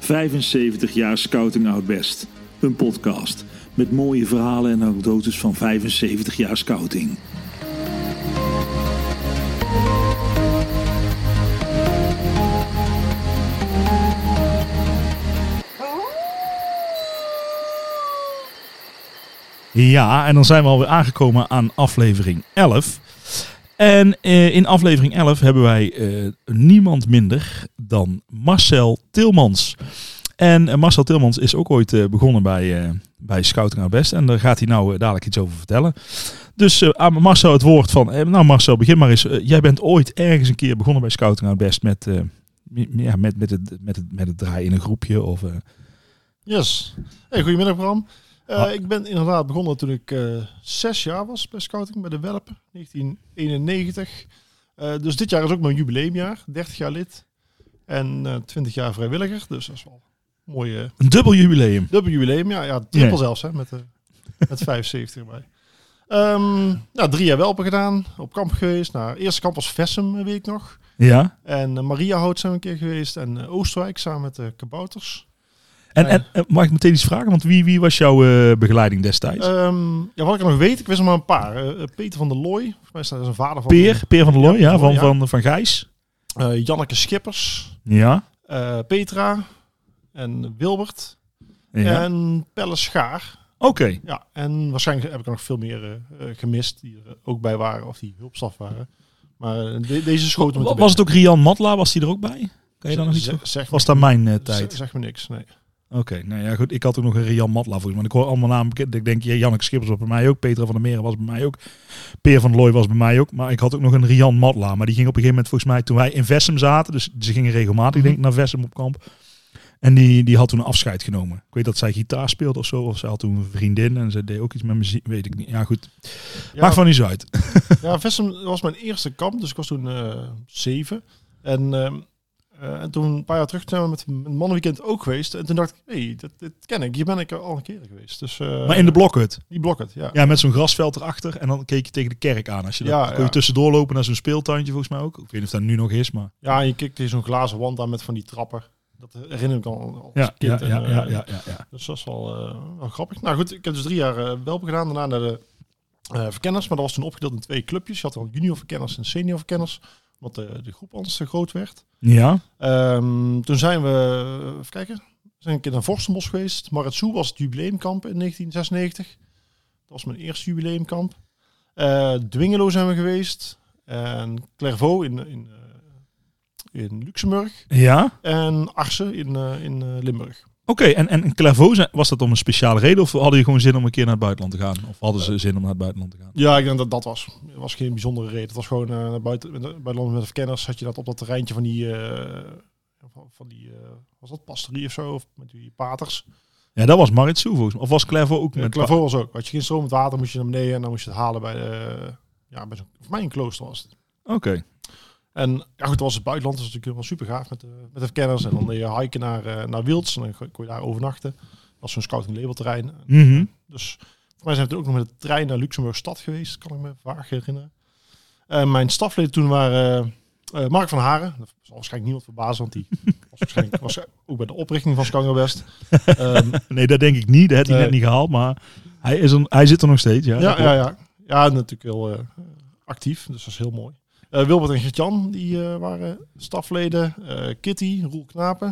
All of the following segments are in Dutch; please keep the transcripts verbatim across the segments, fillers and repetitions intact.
vijfenzeventig jaar Scouting Oud-Best. Een podcast met mooie verhalen en anekdotes van vijfenzeventig jaar scouting. Ja, en dan zijn we alweer aangekomen aan aflevering elf. En uh, in aflevering elf hebben wij uh, niemand minder dan Marcel Tilmans. En uh, Marcel Tilmans is ook ooit uh, begonnen bij, uh, bij Scouting Oud-Best. En daar gaat hij nou uh, dadelijk iets over vertellen. Dus uh, aan Marcel het woord van... Uh, nou Marcel, begin maar eens. Uh, jij bent ooit ergens een keer begonnen bij Scouting Oud-Best met, uh, ja, met, met, het, met, het, met het draaien in een groepje. Of, uh... Yes. Hey, goedemiddag Bram. Uh, ah. Ik ben inderdaad begonnen toen ik uh, zes jaar was bij Scouting, bij de Welpen, negentien eenennegentig. Uh, dus dit jaar is ook mijn jubileumjaar, dertig jaar lid en uh, twintig jaar vrijwilliger. Dus dat is wel een mooie... Uh, een dubbel jubileum. Dubbel jubileum, ja, ja triple yeah. zelfs, hè, met, uh, met vijfenzeventig erbij. Um, nou, drie jaar Welpen gedaan, op kamp geweest. Nou, eerste kamp was Vessem, weet ik nog. Ja. En uh, Mariahout zijn we een keer geweest en uh, Oosterwijk samen met de uh, Kabouters. En, en uh, mag ik meteen iets vragen? Want wie, wie was jouw uh, begeleiding destijds? Um, ja, wat ik nog weet, ik wist er maar een paar. Uh, Peter van der Looy, volgens mij is dat een vader van... Peer, Peer van der Looy, ja, ja, van, ja. Van, van, van Gijs. Uh, Janneke Schippers. Ja. Uh, Petra. En Wilbert. Ja. En Pelle Schaar. Oké. Okay. Ja, en waarschijnlijk heb ik er nog veel meer uh, gemist die er ook bij waren, of die hulpstaf waren. Maar uh, de, deze schoten met de Was het ook Rian Matla, was die er ook bij? Kan je daar nog iets zeg, zeg Was dat mijn uh, tijd? Zeg, zeg me niks, nee. Oké, okay, nou ja goed. Ik had ook nog een Rian Matla volgens mij. Ik hoor allemaal namen bekend. Ik denk, ja, Janneke Schippers was bij mij ook. Petra van der Meren was bij mij ook. Peer van der Looy was bij mij ook. Maar ik had ook nog een Rian Matla. Maar die ging op een gegeven moment volgens mij toen wij in Vessem zaten. Dus ze gingen regelmatig denk ik naar Vessem op kamp. En die, die had toen een afscheid genomen. Ik weet dat zij gitaar speelde of zo. Of ze had toen een vriendin en ze deed ook iets met muziek. Weet ik niet. Ja goed. Ja, maakt van niet zo uit. Ja, Vessem was mijn eerste kamp. Dus ik was toen uh, zeven. En... Uh, Uh, en toen een paar jaar terug zijn we met een mannenweekend ook geweest. En toen dacht ik, hé, hey, dit, dit ken ik. Hier ben ik al een keer geweest. Dus, uh, maar in de blokhut? Die blokhut, ja. Ja, met zo'n grasveld erachter. En dan keek je tegen de kerk aan. Als je ja, dat, kon je ja. tussendoor lopen naar zo'n speeltuintje volgens mij ook. Ik weet niet of dat nu nog is, maar... Ja, en je kijkt tegen zo'n glazen wand aan met van die trappen. Dat herinner ik al als ja, kind. Ja, ja, en, uh, ja, ja, ja, ja. Dus dat is wel, uh, wel grappig. Nou goed, ik heb dus drie jaar uh, Welpen gedaan. Daarna naar de uh, verkenners. Maar dat was toen opgedeeld in twee clubjes. Je had al junior verkenners en senior verkenners. Omdat de, de groep anders te groot werd. Ja. Um, toen zijn we, even kijken, we zijn een keer naar Vorstenbos geweest. Maretsoe was het jubileumkamp in negentien zesennegentig. Dat was mijn eerste jubileumkamp. Uh, Dwingelo zijn we geweest. En Clairvaux in, in, uh, in Luxemburg. Ja. En Arsen in, uh, in uh, Limburg. Oké, okay, en, en Clairvaux, was dat om een speciale reden of hadden je gewoon zin om een keer naar het buitenland te gaan? Of hadden ze zin om naar het buitenland te gaan? Ja, ik denk dat dat was. Het was geen bijzondere reden. Het was gewoon uh, naar buiten, met de, buitenland met de verkenners. Had je dat op dat terreintje van die, uh, van, van die, uh, was dat pastorie of zo? Of met die paters. Ja, dat was Maretsoe volgens mij. Of was Clairvaux ook? Ja, met Clairvaux was ook. Had je geen stromend water, moest je naar beneden en dan moest je het halen bij, uh, ja, bij zo'n, voor mij een klooster was het. Oké. Okay. En ja, goed, dat was het buitenland. Dat is natuurlijk wel super gaaf met de, met de verkenners. En dan deed je hiken naar, uh, naar Wilts en dan kon je daar overnachten. Dat was zo'n scouting labelterrein. Mm-hmm. Dus voor mij zijn we ook nog met de trein naar Luxemburg stad geweest, kan ik me vaag herinneren. Uh, mijn stafleden toen waren uh, uh, Mark van Haren. Dat zal waarschijnlijk niemand verbazen, want die was waarschijnlijk was ook bij de oprichting van Scouting Oud-Best. Um, nee, dat denk ik niet. Dat had hij uh, net niet gehaald, maar hij, is een, hij zit er nog steeds. Ja, ja, ja, ja. Ja, natuurlijk heel uh, actief, dus dat is heel mooi. Uh, Wilbert en Gert-Jan, die uh, waren stafleden. Uh, Kitty, Roel Knapen.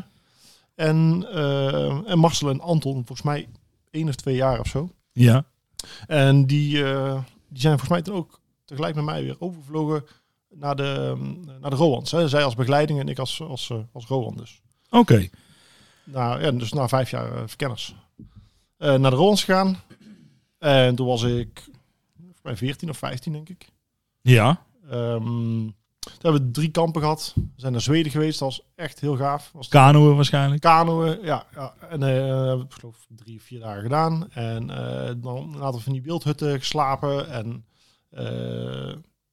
En, uh, en Marcel en Anton, volgens mij één of twee jaar of zo. Ja. En die, uh, die zijn volgens mij toen ook tegelijk met mij weer overgevlogen naar de, um, naar de Roans. Hè. Zij als begeleiding en ik als, als, uh, als Roan dus. Oké. Okay. Nou, ja, dus na vijf jaar uh, verkenners. Uh, naar de Roans gegaan. En toen was ik bij veertien of vijftien, denk ik. Ja. Um, toen hebben we drie kampen gehad. We zijn naar Zweden geweest. Dat was echt heel gaaf. Was Kanoën waarschijnlijk. Kanoën, ja. ja. En uh, hebben we geloof drie of vier dagen gedaan. En uh, dan een aantal van die beeldhutten geslapen. En uh, uh,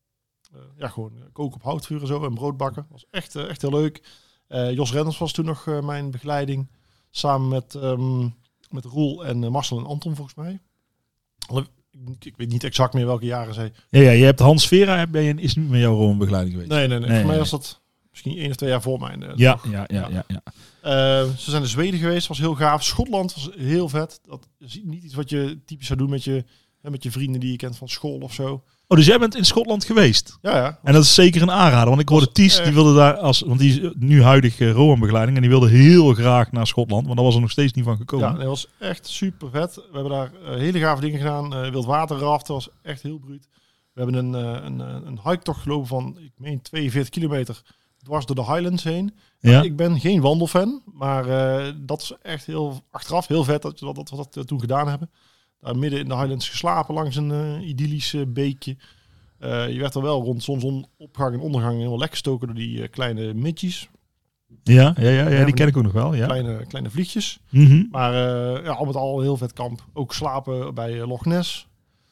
ja, gewoon koken op houtvuur en zo. En brood bakken. Dat was echt, uh, echt heel leuk. Uh, Jos Renders was toen nog uh, mijn begeleiding. Samen met, um, met Roel en uh, Marcel en Anton volgens mij. Ik weet niet exact meer welke jaren zij. Ja, ja, je hebt Hans Vera, ben je, is niet met jouw Roman begeleiding geweest. Nee, nee, nee. nee Voor mij nee. was dat misschien één of twee jaar voor mij. Uh, ja, ja, ja, ja, ja. Uh, ze zijn in Zweden geweest, was heel gaaf. Schotland was heel vet. Dat is niet iets wat je typisch zou doen met je, hè, met je vrienden die je kent van school of zo. Oh, dus jij bent in Schotland geweest? Ja, ja. En dat is zeker een aanrader. Want ik hoorde Ties, die wilde daar als... Want die is nu huidig uh, Rowan-begeleiding. En die wilde heel graag naar Schotland. Maar daar was er nog steeds niet van gekomen. Ja, dat was echt super vet. We hebben daar uh, hele gave dingen gedaan. Uh, wildwaterraften was echt heel bruut. We hebben een, uh, een, een hiketocht gelopen van, ik meen, tweeënveertig kilometer. Dwars door de Highlands heen. Ja. Nou, ik ben geen wandelfan. Maar uh, dat is echt heel achteraf heel vet dat, dat, dat we dat uh, toen gedaan hebben. Daar midden in de Highlands geslapen langs een uh, idyllisch uh, beekje. Uh, je werd er wel rond zonsopgang en ondergang helemaal lekker gestoken door die uh, kleine midges. Ja, ja, ja, ja, die ken ik ook nog wel. Ja. Kleine, kleine vliegjes. Mm-hmm. Maar uh, ja, al met al een heel vet kamp. Ook slapen bij uh, Loch Ness.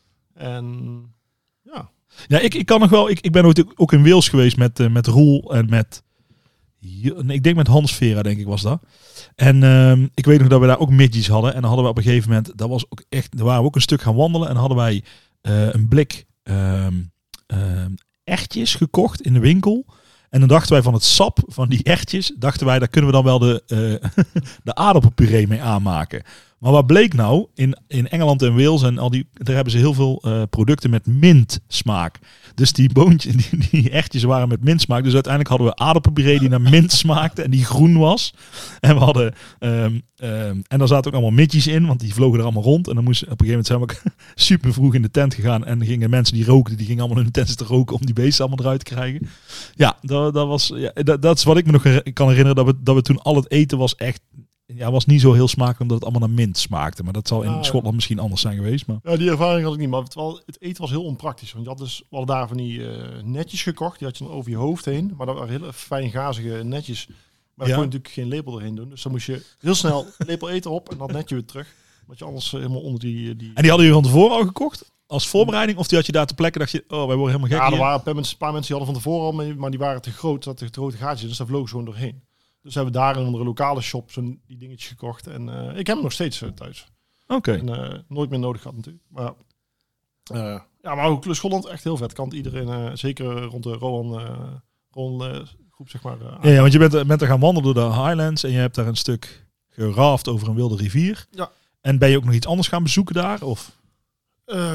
En ja. Ja, ik, ik kan nog wel. Ik, ik ben ook, ook in Wales geweest met, uh, met Roel en met... Nee, ik denk met Hans Vera, denk ik, was dat. En uh, ik weet nog dat we daar ook midges hadden. En dan hadden we op een gegeven moment... Dat was ook echt... Daar waren we ook een stuk gaan wandelen. En dan hadden wij uh, een blik... Um, um, erwtjes gekocht in de winkel. En dan dachten wij van het sap van die erwtjes, dachten wij, daar kunnen we dan wel de, uh, de aardappelpuree mee aanmaken. Maar wat bleek nou? In, in Engeland en Wales en al die, daar hebben ze heel veel uh, producten met mintsmaak. Dus die boontjes, die, die erwtjes waren met mintsmaak. Dus uiteindelijk hadden we aardappelpuree die naar mint smaakte en die groen was. En we hadden um, um, en daar zaten ook allemaal midges in, want die vlogen er allemaal rond. En dan moesten op een gegeven moment zijn we ook super vroeg in de tent gegaan en gingen mensen die rookten, die gingen allemaal in de tent te roken om die beesten allemaal eruit te krijgen. Ja, dat, dat was, ja, dat, dat is wat ik me nog kan herinneren, dat we, dat we toen al het eten was echt. Ja, was niet zo heel smakelijk omdat het allemaal naar mint smaakte. Maar dat zal in ah, Schotland misschien anders zijn geweest. Maar... Ja, die ervaring had ik niet. Maar het, het eten was heel onpraktisch. Want je had dus, we hadden daar van die uh, netjes gekocht. Die had je dan over je hoofd heen. Maar dat waren hele fijn gazige netjes. Maar daar ja. kon je natuurlijk geen lepel erheen doen. Dus dan moest je heel snel lepel eten op en dat netje weer terug. Want je anders uh, helemaal onder die, die... En die hadden jullie van tevoren al gekocht? Als voorbereiding? Of die had je daar ter plekke dacht je, oh, wij worden helemaal gek Ja, er hier. waren een paar mensen, paar mensen die hadden van tevoren al, maar die waren te groot. Dat te grote gaatjes. Dus daar vlogen ze gewoon doorheen. Dus hebben we daar in een lokale shop zo'n die dingetjes gekocht. En uh, ik heb hem nog steeds uh, thuis. Oké. Okay. En uh, nooit meer nodig gehad natuurlijk. Maar, uh, ja, maar ook Schotland echt heel vet. Kan iedereen, uh, zeker rond de Rowan, uh, Rowan uh, groep, zeg maar. Uh, ja, ja, want je bent, bent er gaan wandelen door de Highlands. En je hebt daar een stuk geraft over een wilde rivier. Ja. En ben je ook nog iets anders gaan bezoeken daar? Of? Uh,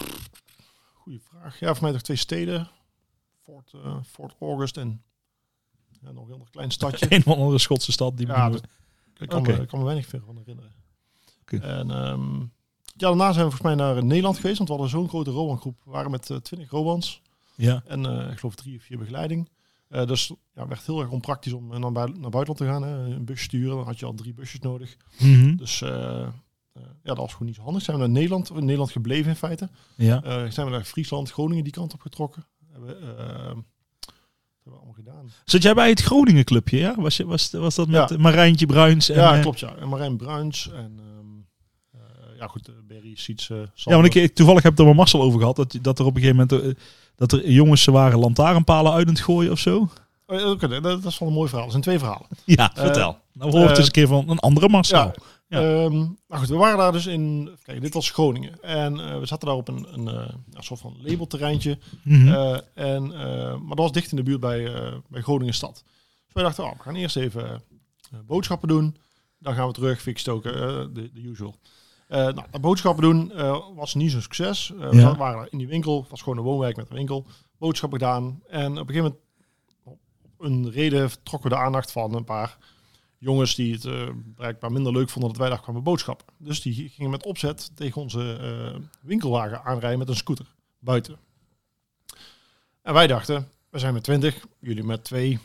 goeie vraag. Ja, voor mij toch twee steden. Fort, uh, Fort August en... Ja, nog een heel klein stadje. Een of andere Schotse stad. Die ja, ik kan, okay. me, ik kan me weinig veel van herinneren. Okay. En um, ja, daarna zijn we volgens mij naar Nederland geweest. Want we hadden zo'n grote Rowan-groep. We waren met twintig uh, Rowans. Ja. En uh, ik geloof drie of vier begeleiding. Uh, dus ja, het werd heel erg onpraktisch om uh, naar, bui- naar buitenland te gaan. Hè. Een bus sturen. Dan had je al drie busjes nodig. Mm-hmm. Dus uh, uh, ja, dat was gewoon niet zo handig. Zijn we naar Nederland, in Nederland gebleven in feite. Ja. Uh, zijn we naar Friesland, Groningen die kant op getrokken. Hebben uh, we allemaal gedaan. Zat jij bij het Groningen clubje, ja? Was, je, was, was dat met ja. Marijntje Bruins? En, ja, klopt, ja. En Marijn Bruins en um, uh, ja goed, uh, Berry, Siets, uh, ja, want ik, toevallig heb ik er met Marcel over gehad, dat, dat er op een gegeven moment, uh, dat er jongens waren lantaarnpalen uit aan het gooien of zo. Oh, okay, dat, dat is wel een mooi verhaal. Dat zijn twee verhalen. Ja, vertel. Uh, nou hoor ik uh, eens een keer van een andere Marcel. Ja. Ja. Um, nou goed, we waren daar dus in... Kijk, dit was Groningen. En uh, we zaten daar op een, een, uh, een soort van labelterreintje. Mm-hmm. Uh, en, uh, maar dat was dicht in de buurt bij, uh, bij Groningen stad. Dus wij dachten, oh, we gaan eerst even uh, boodschappen doen. Dan gaan we terug, fik stoken, uh, de, de usual. Uh, nou, dat boodschappen doen uh, was niet zo'n succes. Uh, we ja. waren in die winkel. Het was gewoon een woonwijk met een winkel. Boodschappen gedaan. En op een gegeven moment, op een reden, trokken we de aandacht van een paar... jongens die het uh, blijkbaar minder leuk vonden dat wij daar kwamen boodschappen. Dus die gingen met opzet tegen onze uh, winkelwagen aanrijden met een scooter buiten. En wij dachten, we zijn met twintig, jullie met twee.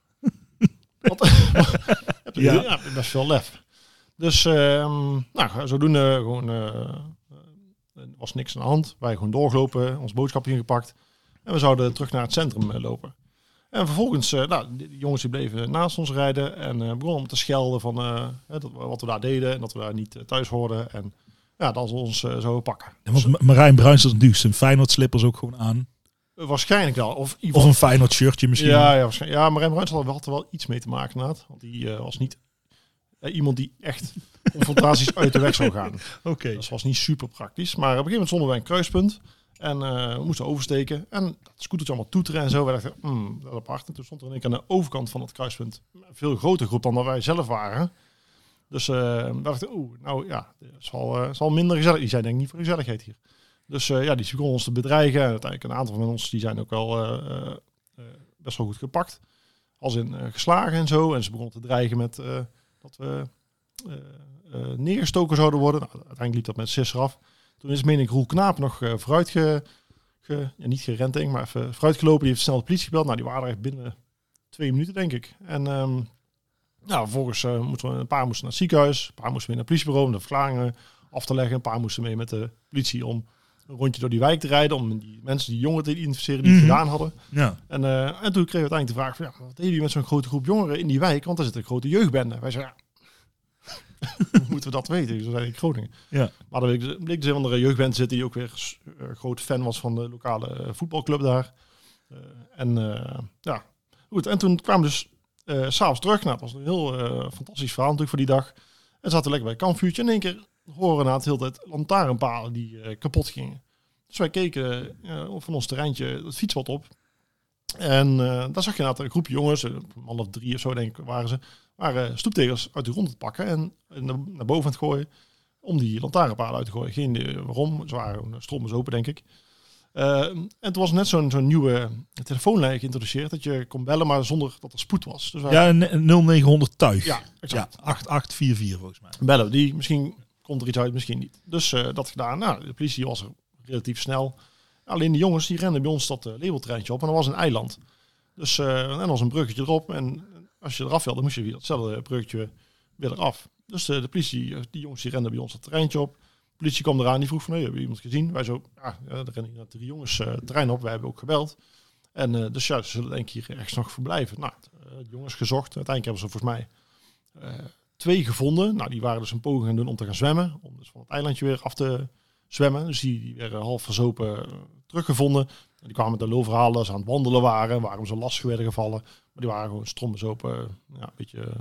Wat? ja. ja, best veel lef. Dus uh, nou, zodoende gewoon, uh, uh, was niks aan de hand. Wij gewoon doorgelopen, ons boodschapje ingepakt. En we zouden terug naar het centrum uh, lopen. En vervolgens, uh, nou, de jongens die bleven naast ons rijden en uh, begonnen om te schelden van uh, dat, wat we daar deden en dat we daar niet uh, thuis hoorden. En ja, dat ze ons uh, zouden pakken. Ja, want Marijn Bruins had natuurlijk zijn Feyenoord slippers ook gewoon aan. Uh, waarschijnlijk wel. Of, of, of een Feyenoord shirtje misschien. Ja, ja, waarschijnlijk. Ja, Marijn Bruins had, had er wel iets mee te maken inderdaad. Want die uh, was niet uh, iemand die echt confrontaties uit de weg zou gaan. Oké. Okay. Dat was niet super praktisch. Maar op een gegeven moment stonden wij een kruispunt. En uh, we moesten oversteken. En dat scootertje allemaal toeteren en zo. We dachten, hmm, dat apart. En toen stond er in één keer aan de overkant van het kruispunt een veel grotere groep dan dat wij zelf waren. Dus uh, we dachten, oeh, nou ja, het zal, uh, zal minder gezellig. Die zijn denk ik niet voor gezelligheid hier. Dus uh, ja, die begonnen ons te bedreigen. En uiteindelijk een aantal van ons, die zijn ook wel uh, uh, best wel goed gepakt. Als in uh, geslagen en zo. En ze begonnen te dreigen met uh, dat we uh, uh, neergestoken zouden worden. Nou, uiteindelijk liep dat met zes eraf. Toen is, meen ik, Roel Knaap nog uh, vooruit ge, ge, ja, niet gerend, denk, maar even vooruit gelopen. Die heeft snel de politie gebeld. Nou, die waren er echt binnen twee minuten, denk ik. En um, nou, vervolgens uh, moeten we, een paar moesten naar het ziekenhuis. Een paar moesten mee naar het politiebureau om de verklaringen af te leggen. Een paar moesten mee met de politie om een rondje door die wijk te rijden. Om die mensen, die jongeren te identificeren die het mm-hmm. gedaan hadden. Ja. En, uh, en toen kregen we uiteindelijk de vraag van, ja, wat deden jullie met zo'n grote groep jongeren in die wijk? Want daar zit een grote jeugdbende. Wij zeiden, ja, moeten we dat weten? Zo zijn in Groningen. Ja. Maar dan bleek, bleek dus een andere jeugdband zitten die ook weer uh, groot fan was van de lokale uh, voetbalclub daar. Uh, en uh, ja, goed. En toen kwamen we dus uh, s'avonds terug. Nou, dat was een heel uh, fantastisch verhaal natuurlijk voor die dag. En zaten we lekker bij het kampvuurtje. En in één keer horen na het hele tijd lantaarnpalen die uh, kapot gingen. Dus wij keken uh, van ons terreintje het fietspad op. En uh, daar zag je inderdaad een groepje jongens, een man of drie of zo denk ik waren ze, waren stoeptegels uit de grond te pakken en naar boven aan het gooien om die lantaarnpalen uit te gooien. Geen idee waarom, ze waren strommers open denk ik. Uh, en toen was net zo'n, zo'n nieuwe telefoonlijn geïntroduceerd dat je kon bellen maar zonder dat er spoed was. Dus ja, een nul negen honderd tuig. Ja, exact. Ja, acht acht vier vier volgens mij. Bellen die, misschien komt er iets uit, misschien niet. Dus uh, dat gedaan. Nou, de politie was er relatief snel. Alleen de jongens die renden bij ons dat uh, labeltreintje op en dat was een eiland. Dus uh, en er was een bruggetje erop en als je eraf wilde moest je weer datzelfde bruggetje weer eraf. Dus uh, de politie, die jongens die renden bij ons dat terreintje op. De politie kwam eraan, die vroeg van, hey, hebben iemand gezien? Wij zo, ja, ja er rennen hier drie jongens uh, het terrein op. Wij hebben ook gebeld. En uh, dus ja, ze zullen denk ik hier ergens nog verblijven. Nou, de jongens gezocht. Uiteindelijk hebben ze volgens mij uh, twee gevonden. Nou, die waren dus een poging gaan doen om te gaan zwemmen. Om dus van het eilandje weer af te zwemmen. Dus die, die werden half verzopen uh, teruggevonden. En die kwamen met de lulverhalen dat ze aan het wandelen waren. Waarom ze lastig werden gevallen. Maar die waren gewoon strombezopen. Uh, ja, een beetje uh,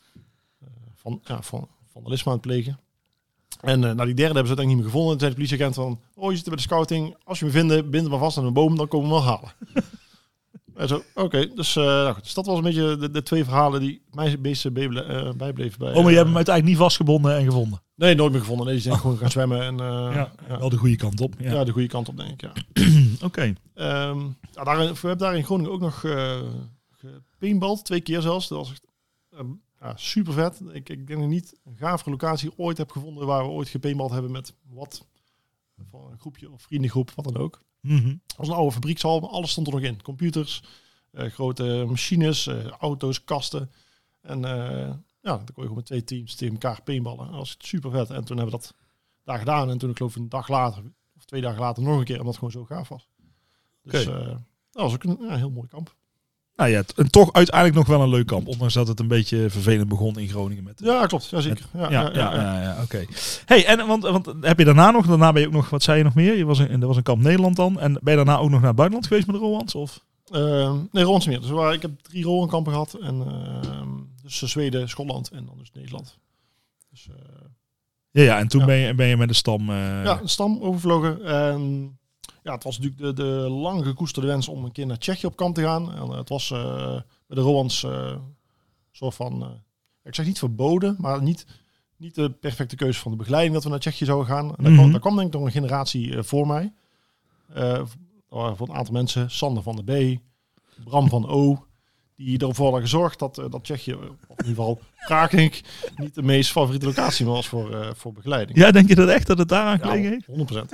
van, ja, van vandalisme aan het plegen. En uh, nou, die derde hebben ze uiteindelijk niet meer gevonden. Toen zei de politieagent van, oh, je zit bij de scouting. Als je me vindt, bind me vast aan een boom, dan komen we wel halen. En zo, oké. Okay, dus, uh, nou goed, dus dat was een beetje de, de twee verhalen die mij het meeste uh, bijbleven. Bij, oh, maar je uh, hebt hem uiteindelijk niet vastgebonden en gevonden? Nee, nooit meer gevonden. Nee, die zijn gewoon gaan zwemmen. En, uh, ja, ja, wel de goede kant op. Ja, ja de goede kant op, denk ik, ja. Oké. Okay. Um, ja, daar, we hebben daar in Groningen ook nog uh, gepaintballed, twee keer zelfs. Dat was echt um, ja, super vet. Ik, ik denk dat niet een gavere locatie ooit heb gevonden waar we ooit gepaintballed hebben met wat van een groepje of vriendengroep, wat dan ook. Mm-hmm. Het was een oude fabriekshal, alles stond er nog in. Computers, uh, grote machines, uh, auto's, kasten. En uh, ja, dan kon je gewoon met twee teams tegen elkaar paintballen. Dat was super vet. En toen hebben we dat daar gedaan. En toen, ik geloof een dag later, of twee dagen later, nog een keer, omdat het gewoon zo gaaf was. Dus okay. uh, dat was ook een ja, heel mooi kamp. Nou ja, en toch uiteindelijk nog wel een leuk kamp. Ondanks dat het een beetje vervelend begon in Groningen. Met, ja, klopt. Ja, zeker. Met, ja, ja, ja, ja, ja, ja, ja oké. Okay. Hey, en want, want heb je daarna nog, daarna ben je ook nog, wat zei je nog meer? Je was in, er was een kamp Nederland dan. En ben je daarna ook nog naar het buitenland geweest met de Rolands? Of? Uh, nee, Rolands meer. Dus waar, ik heb drie Rolandkampen gehad. En, uh, dus Zweden, Schotland en dan dus Nederland. Dus, uh, ja, ja, en toen ja. Ben, je, ben je met de stam... Uh... Ja, de stam overvlogen. En ja, het was natuurlijk de, de lang gekoesterde wens om een keer naar Tsjechië op kamp te gaan. En uh, het was uh, bij de Rolands uh, soort van... Uh, ik zeg niet verboden, maar niet, niet de perfecte keuze van de begeleiding dat we naar Tsjechië zouden gaan. En daar, mm-hmm. kwam, daar kwam denk ik nog een generatie uh, voor mij. Uh, voor een aantal mensen. Sander van der B, Bram van O. Die ervoor hadden gezorgd dat, uh, dat Tsjechië, of in ieder geval Praag denk ik, niet de meest favoriete locatie was voor, uh, voor begeleiding. Ja, denk je dat echt dat het daaraan gelegen heeft? Ja, honderd procent.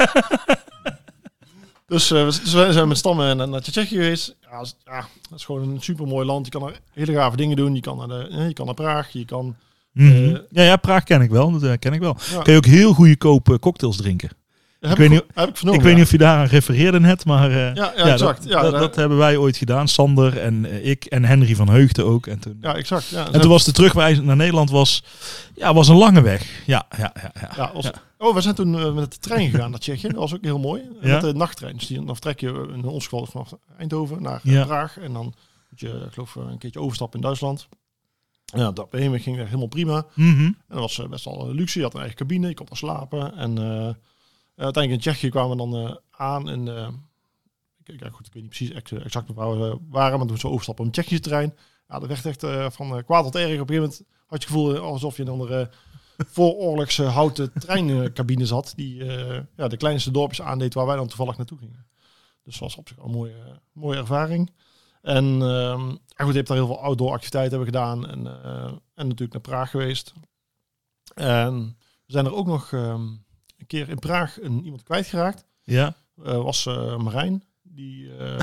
dus, uh, dus we zijn met stammen naar, naar Tsjechië geweest. Ja, ja, dat is gewoon een super mooi land. Je kan er hele gave dingen doen. Je kan naar, de, je kan naar Praag. Je kan... Mm-hmm. Uh, ja, ja, Praag ken ik wel. Dat uh, ken ik wel. Ja. Kun je ook heel goedkoop uh, cocktails drinken. Heb ik weet, niet, heb ik, vernomen, ik weet ja. niet of je daaraan refereerde net, maar uh, ja, ja, ja, exact. Dat, ja, dat, dat, dat hebben wij ooit gedaan. Sander en uh, ik en Henry van Heugden ook. En toen, ja, exact. Ja, en toen was de terugreis naar Nederland was, ja, was een lange weg. Ja, ja, ja. ja, ja, was, ja. Oh, we zijn toen uh, met de trein gegaan naar Tsjechië. Dat was ook heel mooi. Ja? Met de nachttrein. Dus die, dan vertrek je in ons geval vanaf Eindhoven naar uh, ja. Praag. En dan moet je, ik geloof, een keertje overstappen in Duitsland. Ja, dat bij hem ging echt helemaal prima. Mm-hmm. En dat was uh, best wel luxe. Je had een eigen cabine, je kon er slapen. En uh, uiteindelijk in Tsjechië kwamen we dan uh, aan. En, uh, ja, goed, ik weet niet precies exact, exact waar we waren, maar toen we overstappen op een Tsjechische terrein. Ja, dat werd echt uh, van uh, kwaad tot erg. Op een gegeven moment had je het gevoel alsof je in een andere vooroorlogse houten treincabine zat. Die uh, ja, de kleinste dorpjes aandeed waar wij dan toevallig naartoe gingen. Dus dat was op zich al een mooie, uh, mooie ervaring. En uh, goed, je hebt daar heel veel outdoor activiteiten hebben gedaan. En, uh, en natuurlijk naar Praag geweest. En we zijn er ook nog um, een keer in Praag een, iemand kwijtgeraakt. Ja. Uh, was uh, Marijn. Die... Uh,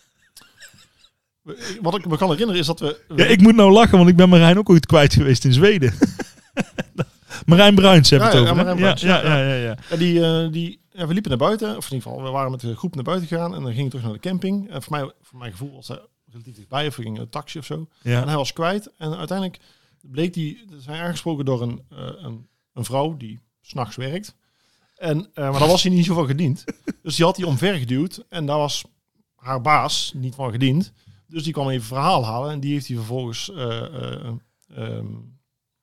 Wat ik me kan herinneren is dat we... Ja, ik moet nou lachen, want ik ben Marijn ook ooit kwijt geweest in Zweden. Marijn Bruins heb je ja, het ja, over. Ja, ja, ja, ja, ja, ja. ja, die, uh, die, ja, we liepen naar buiten, of in ieder geval, we waren met de groep naar buiten gegaan en dan gingen we terug naar de camping. En voor mij, voor mijn gevoel was hij relatief dichtbij, of we gingen een taxi of zo. Ja. En hij was kwijt. En uiteindelijk bleek die, zijn aangesproken door een, uh, een, een vrouw die 's nachts werkt. En, uh, maar daar was hij niet zo van gediend. Dus die had hij omvergeduwd en daar was haar baas niet van gediend. Dus die kwam even verhaal halen en die heeft hij vervolgens uh, uh, um,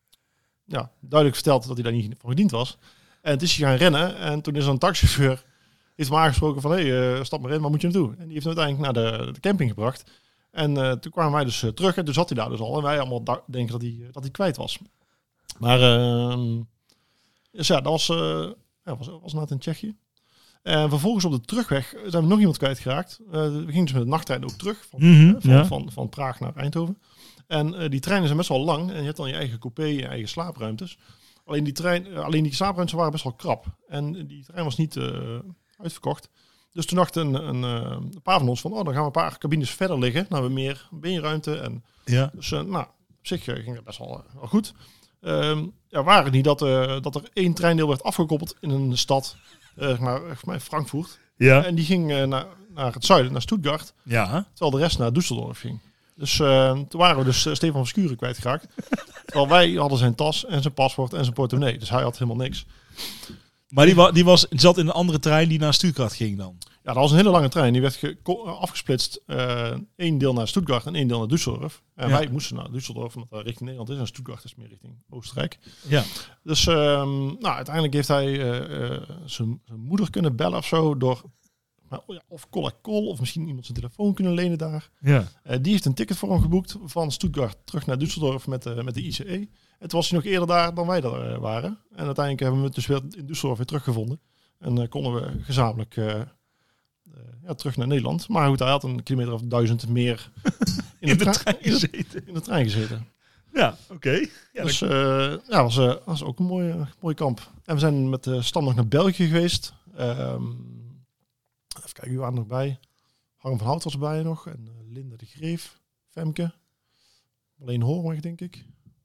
ja, duidelijk verteld dat hij daar niet van gediend was. En het is hij gaan rennen en toen is er een taxichauffeur heeft hem aangesproken van hé, hey, uh, stap maar in, waar moet je naartoe? En die heeft hem uiteindelijk naar de, de camping gebracht. En uh, toen kwamen wij dus uh, terug en toen zat hij daar dus al. En wij allemaal da- denken dat hij, uh, dat hij kwijt was. Maar uh, dus ja, dat was, uh, ja, was, was net in Tsjechië. En vervolgens op de terugweg zijn we nog iemand kwijtgeraakt. Uh, we gingen dus met de nachttrein ook terug. Van, Mm-hmm, uh, van, ja. van, van, van Praag naar Eindhoven. En uh, die treinen zijn best wel lang. En je hebt dan je eigen coupé, je eigen slaapruimtes. Alleen die, trein, uh, alleen die slaapruimtes waren best wel krap. En die trein was niet uh, uitverkocht. Dus toen dachten een, een, uh, een paar van ons van... oh, dan gaan we een paar cabines verder liggen. Nou, we hebben meer beenruimte. En Ja. dus uh, nou, op zich uh, ging het best wel, uh, wel goed. Um, ja, waren het niet dat, uh, dat er één treindeel werd afgekoppeld in een stad... Uh, zeg maar, zeg maar Frankfurt. Ja. En die ging uh, naar, naar het zuiden, naar Stuttgart. Ja. Terwijl de rest naar Düsseldorf ging. Dus uh, toen waren we dus uh, Stefan van Schuren kwijtgeraakt. Terwijl wij hadden zijn tas en zijn paspoort en zijn portemonnee. Dus hij had helemaal niks. Maar die, wa- die, was, die zat in een andere trein die naar Stuttgart ging dan? Ja, dat was een hele lange trein. Die werd ge- ko- afgesplitst. Uh, één deel naar Stuttgart en één deel naar Düsseldorf. En Ja. wij moesten naar Düsseldorf, omdat dat richting Nederland is. En Stuttgart is meer richting Oostenrijk. Ja. Dus um, nou, uiteindelijk heeft hij uh, uh, zijn moeder kunnen bellen of zo. Door maar, oh ja, of call call of misschien iemand zijn telefoon kunnen lenen daar. Ja. Uh, die heeft een ticket voor hem geboekt van Stuttgart terug naar Düsseldorf met, uh, met de I C E. En toen was hij nog eerder daar dan wij daar uh, waren. En uiteindelijk hebben we het dus weer in Düsseldorf weer teruggevonden. En uh, konden we gezamenlijk uh, uh, ja, terug naar Nederland. Maar goed, hij had een kilometer of duizend meer in, In de, de tra- trein in, de, gezeten. in de trein gezeten. Ja, oké. Okay. Ja, dus dat- uh, ja, was, uh, was ook een mooie, mooie kamp. En we zijn met de stand nog naar België geweest. Um, even kijken, wie waren er nog bij? Harm van Hout was erbij nog. En uh, Linda de Greef, Femke. Alleen Hoornweg, denk ik.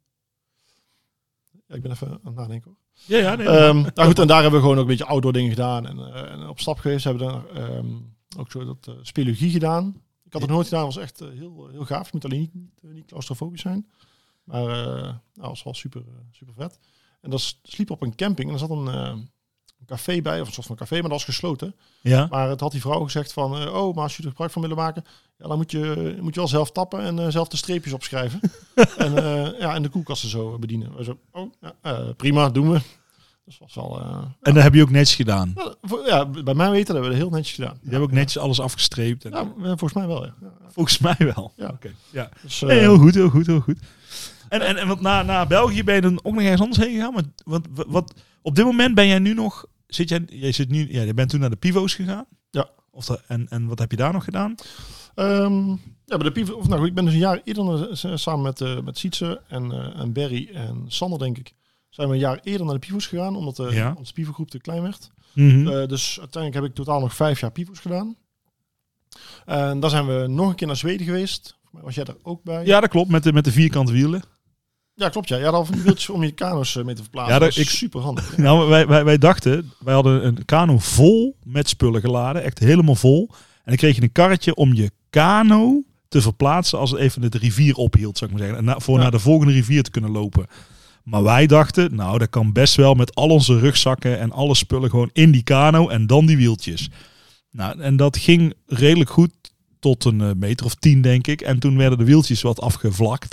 Ja, ik ben even aan het nadenken hoor. ja, ja. Nee, Um, nou goed, en daar hebben we gewoon ook een beetje outdoor dingen gedaan. En, uh, en op stap geweest hebben we daar um, ook zo dat uh, speleologie gedaan. Ik had het nooit gedaan, was echt uh, heel, heel gaaf. Je moet alleen niet, niet, niet claustrofobisch zijn. Maar uh, nou, was wel super, uh, super vet. En dat sliep op een camping en er zat een, uh, een café bij, of een soort van café, maar dat was gesloten. ja. Maar het had die vrouw gezegd van, uh, oh, maar als je er gebruik van willen maken, ja, dan moet je, moet je wel zelf tappen en uh, zelf de streepjes opschrijven. en, uh, ja, en de koelkasten zo bedienen. We zo, oh, ja, uh, prima, doen we. Dus was wel... Uh, En dat heb je ook netjes gedaan. ja, voor, ja, bij mij weten hebben we het heel netjes gedaan. Je hebt ook netjes alles afgestreept. En Ja, volgens mij wel, ja. ja. volgens mij wel. Ja. Okay. Ja. Dus, uh, Nee, heel goed, heel goed, heel goed. En, en, en want na, na België ben je dan ook nog ergens anders heen gegaan? Want, want wat, wat, op dit moment ben jij nu nog... Zit jij, jij zit nu, ja, je bent toen naar de Pivo's gegaan? Ja. Of de, en, en wat heb je daar nog gedaan? Um, ja, bij de Pivo, of nou goed, ik ben dus een jaar eerder naar, samen met, uh, met Sietse en, uh, en Berry en Sander, denk ik, zijn we een jaar eerder naar de Pivo's gegaan, omdat de, Ja. onze Pivo-groep te klein werd. Mm-hmm. Uh, dus uiteindelijk heb ik totaal nog vijf jaar Pivo's gedaan. En daar zijn we nog een keer naar Zweden geweest. Volgens mij was jij er ook bij? Ja, dat klopt. Met de, met de vierkante wielen. Ja, klopt. Ja, ja, dan van die wieltjes om je kano's uh, mee te verplaatsen. Ja, dat- dat is ik- super handig. Ja. Nou, wij, wij, wij dachten, wij hadden een kano vol met spullen geladen. Echt helemaal vol. En dan kreeg je een karretje om je kano te verplaatsen als het even de rivier ophield, zou ik maar zeggen. En na, voor Ja. naar de volgende rivier te kunnen lopen. Maar wij dachten, nou, dat kan best wel met al onze rugzakken en alle spullen gewoon in die kano en dan die wieltjes. Nou, en dat ging redelijk goed tot een uh, meter of tien, denk ik. En toen werden de wieltjes wat afgevlakt.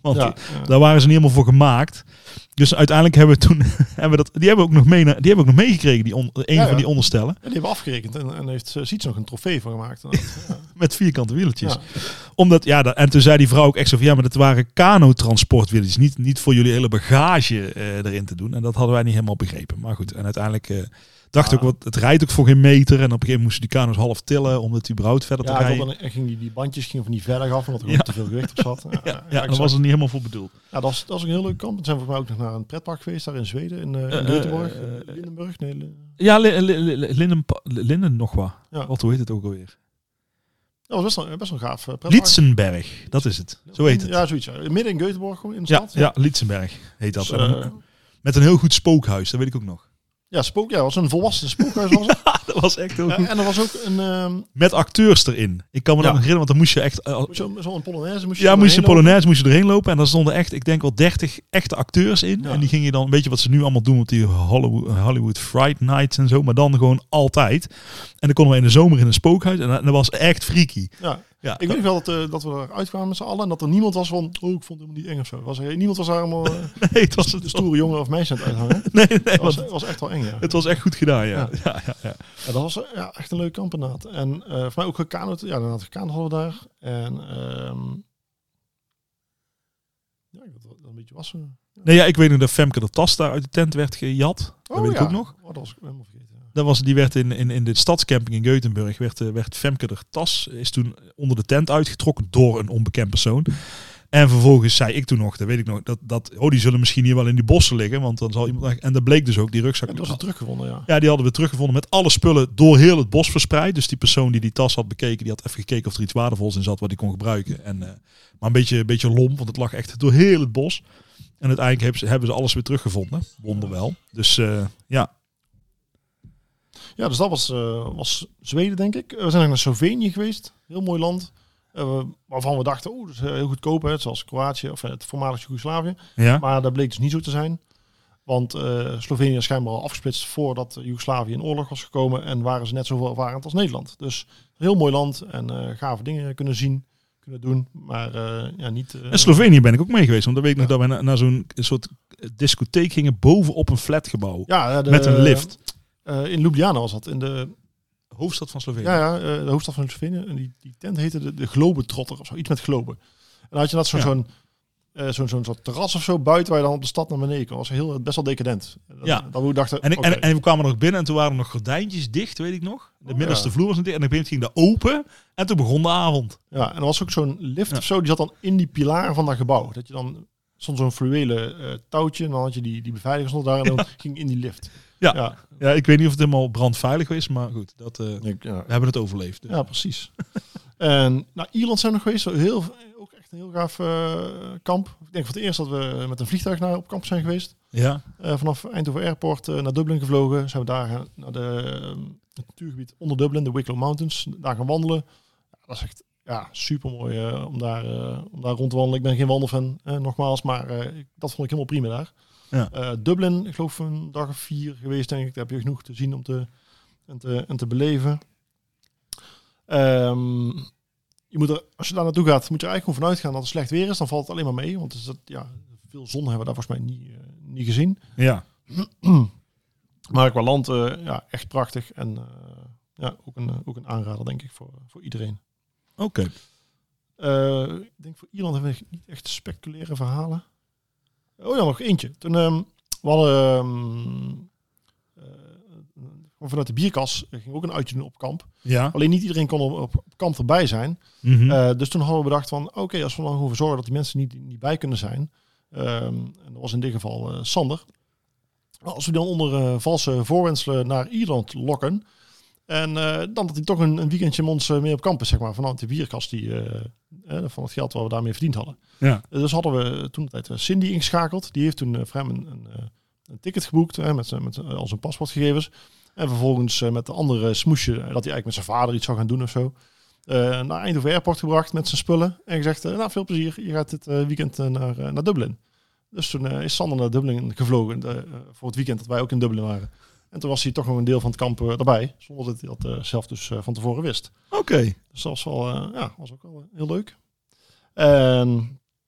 Want Ja, die- ja. daar waren ze niet helemaal voor gemaakt. Dus uiteindelijk hebben we toen... hebben we dat, die hebben we ook nog, mee, die hebben we ook nog meegekregen, die on, een Ja, van ja. die onderstellen. Ja, die hebben afgerekend en, en heeft uh, Siets nog een trofee van gemaakt. Ja. Met vierkante wieletjes. Ja. Omdat, ja, da- en toen zei die vrouw ook echt zo van... Ja, maar dat waren kano-transportwieltjes. Niet, niet voor jullie hele bagage uh, erin te doen. En dat hadden wij niet helemaal begrepen. Maar goed, en uiteindelijk... Uh, dacht Ja. ook, wat, het rijdt ook voor geen meter. En op een gegeven moment moesten die kano's half tillen... om het überhaupt verder te Ja, rijden. dan ging die, die bandjes gingen van die verder af, omdat er Ja. ook te veel gewicht op zat. Ja, Ja, ja, ja, daar was het niet helemaal voor bedoeld. Ja, dat was, dat was een heel leuk kamp. Dan zijn we volgens mij ook nog naar een pretpark geweest, daar in Zweden, in, uh, in Uh, Göteborg. uh, uh, Lindenburg, nee. Li- Ja, li, li, li, Linden, Linden nog wat. Ja. Wat, hoe heet het ook alweer? Dat was best wel, best wel een gaaf uh, pretpark. Lietsenberg, dat is het. Zo heet het. Ja, zoiets. Ja. Midden in Göteborg, gewoon in de Ja, stad. ja, Lietsenberg heet dat. Dus, En uh, dan- met een heel goed spookhuis, dat weet ik ook nog. ja, spook, ja, het was een volwassen spookhuis. Was het. Dat was echt heel Ja, goed. en er was ook een... Um, Met acteurs erin. Ik kan me Ja. dat nog herinneren, want dan moest je echt... uh, Zo'n zo Polonaise moest je ja, moest je doorheen lopen. Polonaise moest je erheen lopen. En daar stonden echt, ik denk wel dertig echte acteurs in. Ja. En die gingen je dan, weet je wat ze nu allemaal doen op die Hollywood, Hollywood Fright Nights en zo. Maar dan gewoon altijd. En dan konden we in de zomer in een spookhuis. En dat, dat was echt freaky. Ja. Ja, Ik weet nog wel dat, uh, dat we eruit kwamen met z'n allen en dat er niemand was van, oh, ik vond het helemaal niet eng of zo. Was er, niemand was daar allemaal uh, nee, het was de het stoere jongen of meisje aan het uithangen. Nee, nee, Het was, want was echt wel eng, ja. het was echt goed gedaan, ja. Ja. Ja, ja, ja. Ja, dat was uh, ja, echt een leuk kamp inderdaad. En uh, voor mij ook gekanoed, ja, inderdaad gekanoed hadden we daar. En um, ja, ik dat, dat een beetje was. Uh, ja. Nee, ja, ik weet nog dat Femke de tas daar uit de tent werd gejat. Dat Oh, weet ik ja. ook nog. Oh, dat was ik helemaal vergeten. Ja. Dat was, die werd in, in, in de stadscamping in Göteborg, werd, uh, werd Femke de tas, is toen onder de tent uitgetrokken door een onbekend persoon. En vervolgens zei ik toen nog, dat weet ik nog, dat, dat oh, die zullen misschien hier wel in die bossen liggen, want dan zal iemand... En dat bleek dus ook, die rugzak... Ja, dat was het teruggevonden, ja. Ja, die hadden we teruggevonden met alle spullen door heel het bos verspreid. Dus die persoon die die tas had bekeken, die had even gekeken of er iets waardevols in zat wat hij kon gebruiken. En, uh, maar een beetje, een beetje lomp, want het lag echt door heel het bos. En uiteindelijk hebben ze, hebben ze alles weer teruggevonden. Wonderwel. Dus uh, ja. Ja, dus dat was, uh, was Zweden, denk ik. We zijn ook naar Slovenië geweest. Heel mooi land. Uh, waarvan we dachten, oeh, dat is heel goedkoop, hè, zoals Kroatië of het voormalige Joegoslavië. Ja. Maar dat bleek dus niet zo te zijn. Want uh, Slovenië is schijnbaar al afgesplitst voordat Joegoslavië in oorlog was gekomen. En waren ze net zoveel ervarend als Nederland. Dus een heel mooi land en uh, gave dingen kunnen zien, kunnen doen. Maar uh, ja, niet... Uh, En Slovenië ben ik ook mee geweest. Want dan weet ik nog dat wij naar, naar zo'n soort discotheek gingen boven op een flatgebouw. ja, de, met een lift. Uh, in Ljubljana was dat, in de... Hoofdstad van Slovenië. Ja, ja uh, de hoofdstad van Slovenië. En die, die tent heette de, de Globetrotter of zo. Iets met globen. En dan had je dat zo, Ja. zo'n uh, zo'n zo'n soort terras of zo buiten waar je dan op de stad naar beneden kon. Dat was heel, best wel decadent. Ja. Dat we dachten, En, ik, okay. en, en we kwamen er nog binnen en toen waren er nog gordijntjes dicht, weet ik nog. De Oh, middelste ja. vloer was nog dicht. En op een gegeven moment ging dat open. En toen begon de avond. Ja, en er was ook zo'n lift Ja. of zo. Die zat dan in die pilaar van dat gebouw. Dat je dan stond zo'n fluwelen uh, touwtje. En dan had je die, die beveiligers stond daar. En dan Ja. ging in die lift. Ja. Ja, Ja, ik weet niet of het helemaal brandveilig is, maar goed, dat, uh, ik, ja. we hebben het overleefd. Dus. ja precies. En naar Ierland zijn we nog geweest. Heel, ook echt een heel gaaf uh, kamp. Ik denk voor het eerst dat we met een vliegtuig naar op kamp zijn geweest. Ja. Uh, vanaf Eindhoven Airport uh, naar Dublin gevlogen. Zijn we daar uh, naar de, uh, het natuurgebied onder Dublin, de Wicklow Mountains. Daar gaan wandelen. Ja, dat is echt ja, super mooi uh, om, daar, uh, om daar rond te wandelen. Ik ben geen wandelfan, uh, nogmaals, maar uh, dat vond ik helemaal prima daar. Ja. Uh, Dublin, ik geloof een dag of vier geweest, denk ik. Daar heb je genoeg te zien om te, en, te, en te beleven. Um, je moet er, als je daar naartoe gaat, moet je er eigenlijk gewoon vanuit gaan dat het slecht weer is. Dan valt het alleen maar mee, want is dat, ja, veel zon hebben we daar volgens mij niet, uh, niet gezien. Ja. Maar qua land, uh, ja, echt prachtig. En uh, ja, ook een, uh, ook een aanrader, denk ik, voor, voor iedereen. Oké. Okay. Uh, ik denk voor Ierland hebben we niet echt spectaculaire verhalen. Oh ja, nog eentje. Toen um, we hadden um, uh, vanuit de bierkas ging ook een uitje doen op kamp. Ja. Alleen niet iedereen kon op, op, op kamp erbij zijn. Mm-hmm. Uh, dus toen hadden we bedacht van, oké, okay, als we dan gewoon zorgen dat die mensen niet, niet bij kunnen zijn. Um, en dat was in dit geval uh, Sander. Als we dan onder uh, valse voorwendselen naar Ierland lokken. En uh, dan dat hij toch een, een weekendje met ons uh, mee op kamp is, zeg maar. Vanuit de bierkast die, uh, uh, van het geld wat we daarmee verdiend hadden. Ja. Uh, dus hadden we toen de tijd uh, Cindy ingeschakeld. Die heeft toen uh, voor hem een, een, uh, een ticket geboekt uh, met, met uh, al zijn paspoortgegevens. En vervolgens uh, met de andere smoesje, uh, dat hij eigenlijk met zijn vader iets zou gaan doen of zo. Uh, naar Eindhoven Airport gebracht met zijn spullen. En gezegd, uh, nou veel plezier, je gaat dit uh, weekend uh, naar, uh, naar Dublin. Dus toen uh, is Sander naar Dublin gevlogen uh, voor het weekend dat wij ook in Dublin waren. En toen was hij toch nog een deel van het kamp uh, erbij. Zonder dat hij dat uh, zelf dus uh, van tevoren wist. Oké. Okay. Dus dat was, wel, uh, ja, was ook wel uh, heel leuk. En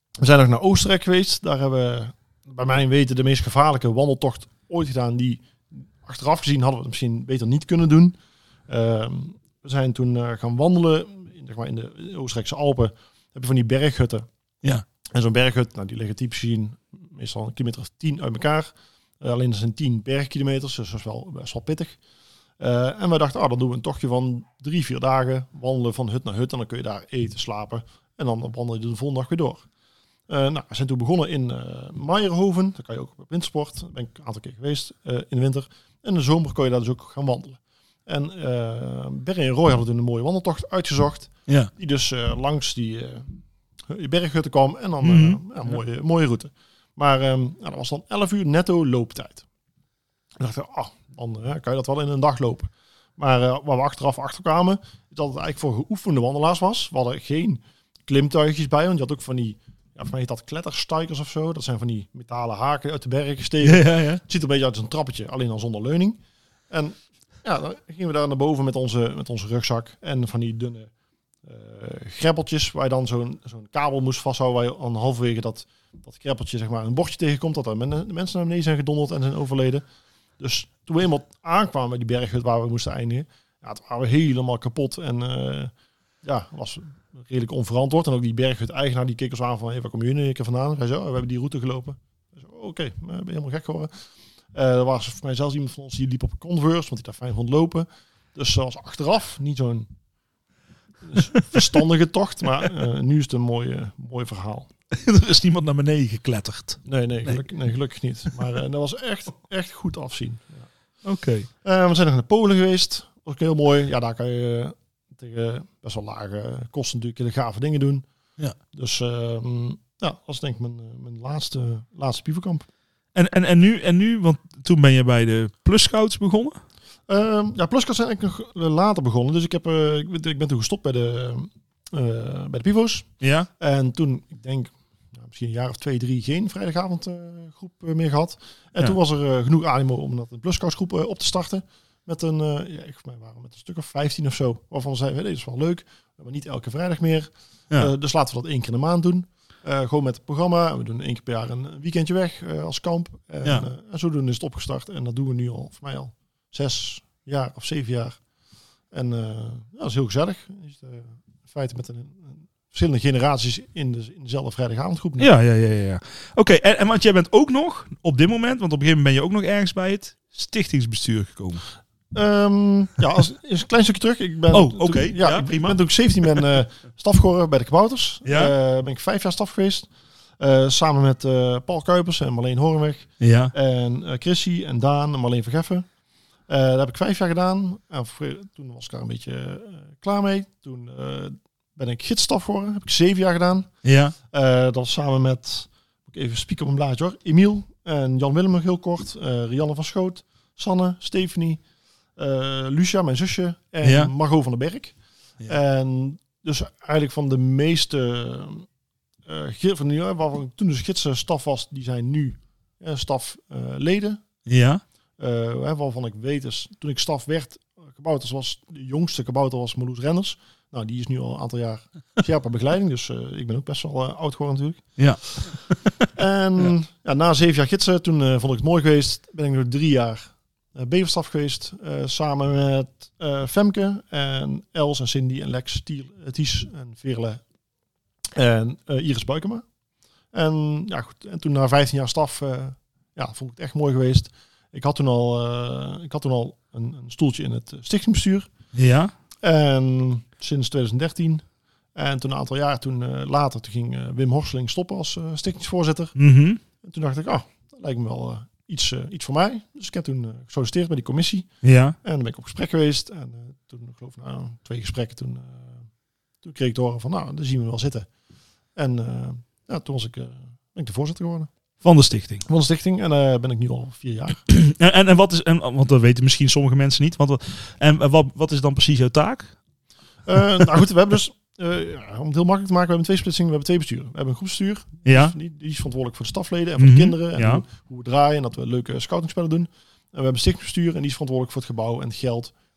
We zijn nog naar Oostenrijk geweest. Daar hebben we, bij mijn weten, de meest gevaarlijke wandeltocht ooit gedaan. Die achteraf gezien hadden we het misschien beter niet kunnen doen. Uh, we zijn toen uh, gaan wandelen in, zeg maar in de Oostenrijkse Alpen. Heb je van die berghutten. Ja. En zo'n berghut, nou, die liggen typisch gezien meestal een kilometer of tien uit elkaar. Uh, alleen er zijn tien bergkilometers, dus dat is wel best wel pittig. Uh, en we dachten, ah, dan doen we een tochtje van drie, vier dagen. Wandelen van hut naar hut en dan kun je daar eten, slapen. En dan wandel je de volgende dag weer door. Uh, nou, we zijn toen begonnen in uh, Meijerhoven. Daar kan je ook op wintersport. Daar ben ik een aantal keer geweest uh, in de winter. En in de zomer kon je daar dus ook gaan wandelen. En uh, Berry en Roy hadden toen een mooie wandeltocht uitgezocht. Ja. Die dus uh, langs die, uh, die berghutten kwam. En dan mm-hmm. uh, ja, mooie, ja. mooie route. Maar um, nou, dat was dan elf uur netto looptijd. En dacht ik, ah, dan uh, kan je dat wel in een dag lopen. Maar uh, waar we achteraf achter kwamen, is dat het eigenlijk voor geoefende wandelaars was. We hadden geen klimtuigjes bij, want je had ook van die, ja, voor mij heet dat kletterstijkers of zo. Dat zijn van die metalen haken uit de bergen gestegen. Ja, ja, ja. Het ziet er een beetje uit als een trappetje, alleen dan zonder leuning. En ja, dan gingen we daar naar boven met onze, met onze rugzak en van die dunne uh, greppeltjes, waar je dan zo'n, zo'n kabel moest vasthouden, waar je aan halverwege dat, dat greppeltje, zeg maar, een bordje tegenkomt, dat er men, de mensen naar beneden zijn gedonderd en zijn overleden. Dus toen we eenmaal aankwamen bij die berghut waar we moesten eindigen, ja, toen waren we helemaal kapot en uh, ja, was redelijk onverantwoord. En ook die berghut-eigenaar die keek ons aan van, hey, waar kom je nu een keer vandaan? Wij zo, we hebben die route gelopen. Oké, okay, we ben helemaal gek geworden. Uh, er was voor mij zelfs iemand van ons die liep op Converse, want die daar fijn vond lopen. Dus dat was achteraf niet zo'n dus verstandige tocht, maar uh, nu is het een mooi, mooi verhaal. Er is niemand naar beneden gekletterd. Nee, nee, geluk, nee gelukkig niet. Maar uh, dat was echt, echt goed afzien. Ja. Oké. Okay. Uh, we zijn nog naar Polen geweest. Dat was ook heel mooi. Ja, daar kan je uh, tegen best wel lage kosten natuurlijk de gave dingen doen. Ja. Dus uh, ja, dat was denk ik mijn, mijn laatste, laatste Pivokamp. En, en, en, nu, en nu, want toen ben je bij de Plus Scouts begonnen? Uh, ja, Plus Scouts zijn eigenlijk nog later begonnen. Dus ik, heb, uh, ik, ik ben toen gestopt bij de, uh, bij de Pivo's. Ja. En toen, ik denk, nou, misschien een jaar of twee, drie, geen vrijdagavond uh, groep uh, meer gehad. En ja. toen was er uh, genoeg animo om dat een Plus Scouts groep uh, op te starten. Met een, uh, ja, ik mij waren met een stuk of vijftien of zo. Waarvan we zeiden, dit is wel leuk. We hebben niet elke vrijdag meer. Ja. Uh, dus laten we dat één keer in de maand doen. Uh, gewoon met het programma. We doen één keer per jaar een weekendje weg uh, als kamp. En, ja. uh, en zodoende is het opgestart. En dat doen we nu al, voor mij al zes jaar of zeven jaar. En uh, ja, dat is heel gezellig. Is uh, in feite met een, een verschillende generaties in, de, in dezelfde vrijdagavondgroep. Nu. Ja, ja, ja, ja. Oké, okay, en, en want jij bent ook nog op dit moment, want op een gegeven moment ben je ook nog ergens bij het stichtingsbestuur gekomen. Um, ja, als is een klein stukje terug. Ik ben oh, oké. Okay. Ja, ja, prima. Ik ben toen ik zeventien ben uh, staf geworden bij de Kabouters. Ja. Uh, ben ik vijf jaar staf geweest. Uh, samen met uh, Paul Kuipers en Marleen Horenweg. Ja. En uh, Chrissy en Daan en Marleen Vergeffen. Uh, dat heb ik vijf jaar gedaan. En toen was ik daar een beetje uh, klaar mee. Toen uh, ben ik gidsstaf geworden. Heb ik zeven jaar gedaan. Ja. Uh, dat was samen met, moet ik even spieken op een blaadje hoor. Emiel en Jan Willem nog heel kort. Uh, Rianne van Schoot. Sanne, Stephanie. Uh, Lucia, mijn zusje, en ja. Margot van den Berg. Ja. En dus eigenlijk van de meeste uh, van die, waarvan ik toen dus gidsenstaf was, die zijn nu uh, stafleden. Uh, ja. Uh, waarvan ik weet is, toen ik staf werd, Kabouters was de jongste kabouter was Marloes Renners. Nou, die is nu al een aantal jaar scherpe begeleiding, dus uh, ik ben ook best wel uh, oud geworden natuurlijk. Ja. En ja. Ja, na zeven jaar gidsen, toen uh, vond ik het mooi geweest, ben ik nog drie jaar Uh, beverstaf geweest, uh, samen met uh, Femke en Els en Cindy en Lex, Tiel, Ties en Veerle en uh, Iris Buikema. En ja goed, en toen na vijftien jaar staf, uh, ja, vond ik het echt mooi geweest. Ik had toen al, uh, ik had toen al een, een stoeltje in het stichtingsbestuur. Ja. En sinds twintig dertien. En toen een aantal jaar toen uh, later, toen ging uh, Wim Horseling stoppen als uh, stichtingsvoorzitter. Mm-hmm. En toen dacht ik, ah, dat lijkt me wel Uh, Iets, uh, iets voor mij. Dus ik heb toen uh, gesolliciteerd bij die commissie. Ja. En dan ben ik op gesprek geweest. En uh, toen, ik geloof nou, twee gesprekken, toen, uh, toen kreeg ik te horen van, nou, daar zien we wel zitten. En uh, ja, toen was ik, uh, ben ik de voorzitter geworden. Van de stichting? Van de stichting. En uh, ben ik nu al vier jaar. en, en, en wat is, en, want dat weten misschien sommige mensen niet. Want, en wat, wat is dan precies jouw taak? Uh, nou goed, we hebben dus, Uh, ja, om het heel makkelijk te maken, we hebben twee splitsingen, we hebben twee besturen. We hebben een groepsbestuur, ja. Dus die, die is verantwoordelijk voor de stafleden en voor mm-hmm. de kinderen. En ja. hoe, hoe we draaien en dat we leuke scoutingspellen doen. En we hebben een stichtingsbestuur en die is verantwoordelijk voor het gebouw en het geld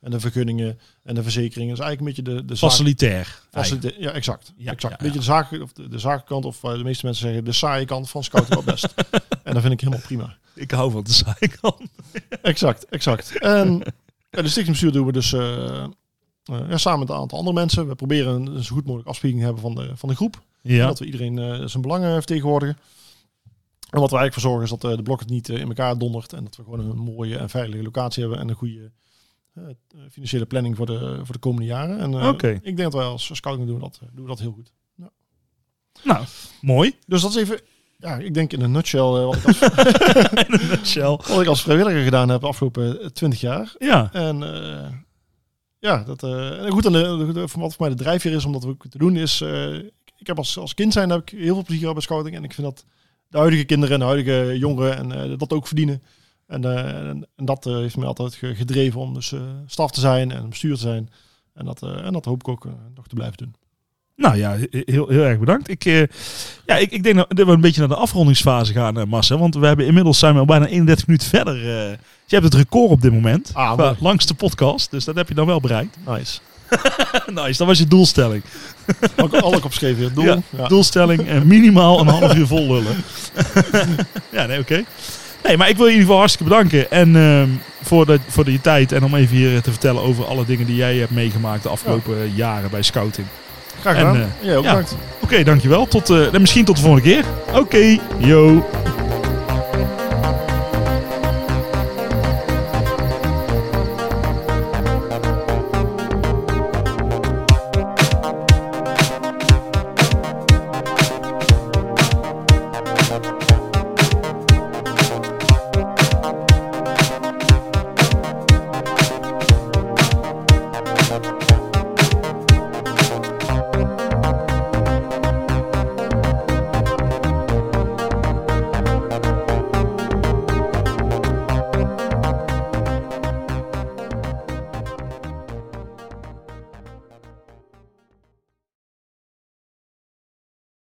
en de vergunningen en de verzekeringen. Dus eigenlijk een beetje de, de zaak- Facilitair. Facilite- ja, exact. Ja, exact. ja, Een beetje de, zaak, of de, de zakenkant, of uh, de meeste mensen zeggen de saaie kant van scouting wel best. En dat vind ik helemaal prima. Ik hou van de saaie kant. Exact, exact. En ja, de stichtingsbestuur doen we dus uh, uh, ja, samen met een aantal andere mensen. We proberen een, een zo goed mogelijk afspiegeling te hebben van de, van de groep. Ja. Dat we iedereen uh, zijn belangen vertegenwoordigen. En wat we eigenlijk voor zorgen is dat uh, de blok het niet uh, in elkaar dondert. En dat we gewoon een mooie en veilige locatie hebben. En een goede uh, financiële planning voor de, voor de komende jaren. En uh, Oké. ik denk dat wij als scouting doen dat, doen we dat heel goed. Ja. Nou, mooi. Dus dat is even, ja, ik denk in een nutshell uh, wat, ik als, In een nutshell. wat ik als vrijwilliger gedaan heb de afgelopen twintig jaar. Ja. En uh, ja, dat uh, goed. En de, de, wat voor mij de drijfveer is om dat ook te doen is, uh, ik heb als, als kind zijn heb ik heel veel plezier gehad bij scouting. En ik vind dat de huidige kinderen en de huidige jongeren en uh, dat ook verdienen. En, uh, en, en dat uh, heeft mij altijd ge- gedreven om dus uh, staf te zijn en bestuur te zijn. En dat, uh, en dat hoop ik ook uh, nog te blijven doen. Nou ja, heel, heel erg bedankt. Ik, uh, ja, ik, ik denk dat we een beetje naar de afrondingsfase gaan, uh, Marcel. Want we hebben inmiddels zijn we al bijna eenendertig minuten verder. Uh, je hebt het record op dit moment. Ah, qua langste podcast. Dus dat heb je dan wel bereikt. Nice. Nice, dat was je doelstelling. Ook al ook opgeschreven. Het doel. Ja, Ja. Doelstelling uh, minimaal een half uur vol lullen. Ja, nee, oké. Okay. Nee, maar ik wil je in ieder geval hartstikke bedanken. En uh, voor, de, voor de, je tijd. En om even hier te vertellen over alle dingen die jij hebt meegemaakt de afgelopen ja. jaren bij scouting. Graag gedaan. En, uh, ja, ook ja. bedankt. Oké, okay, dankjewel. Tot, uh, misschien tot de volgende keer. Oké, okay, yo.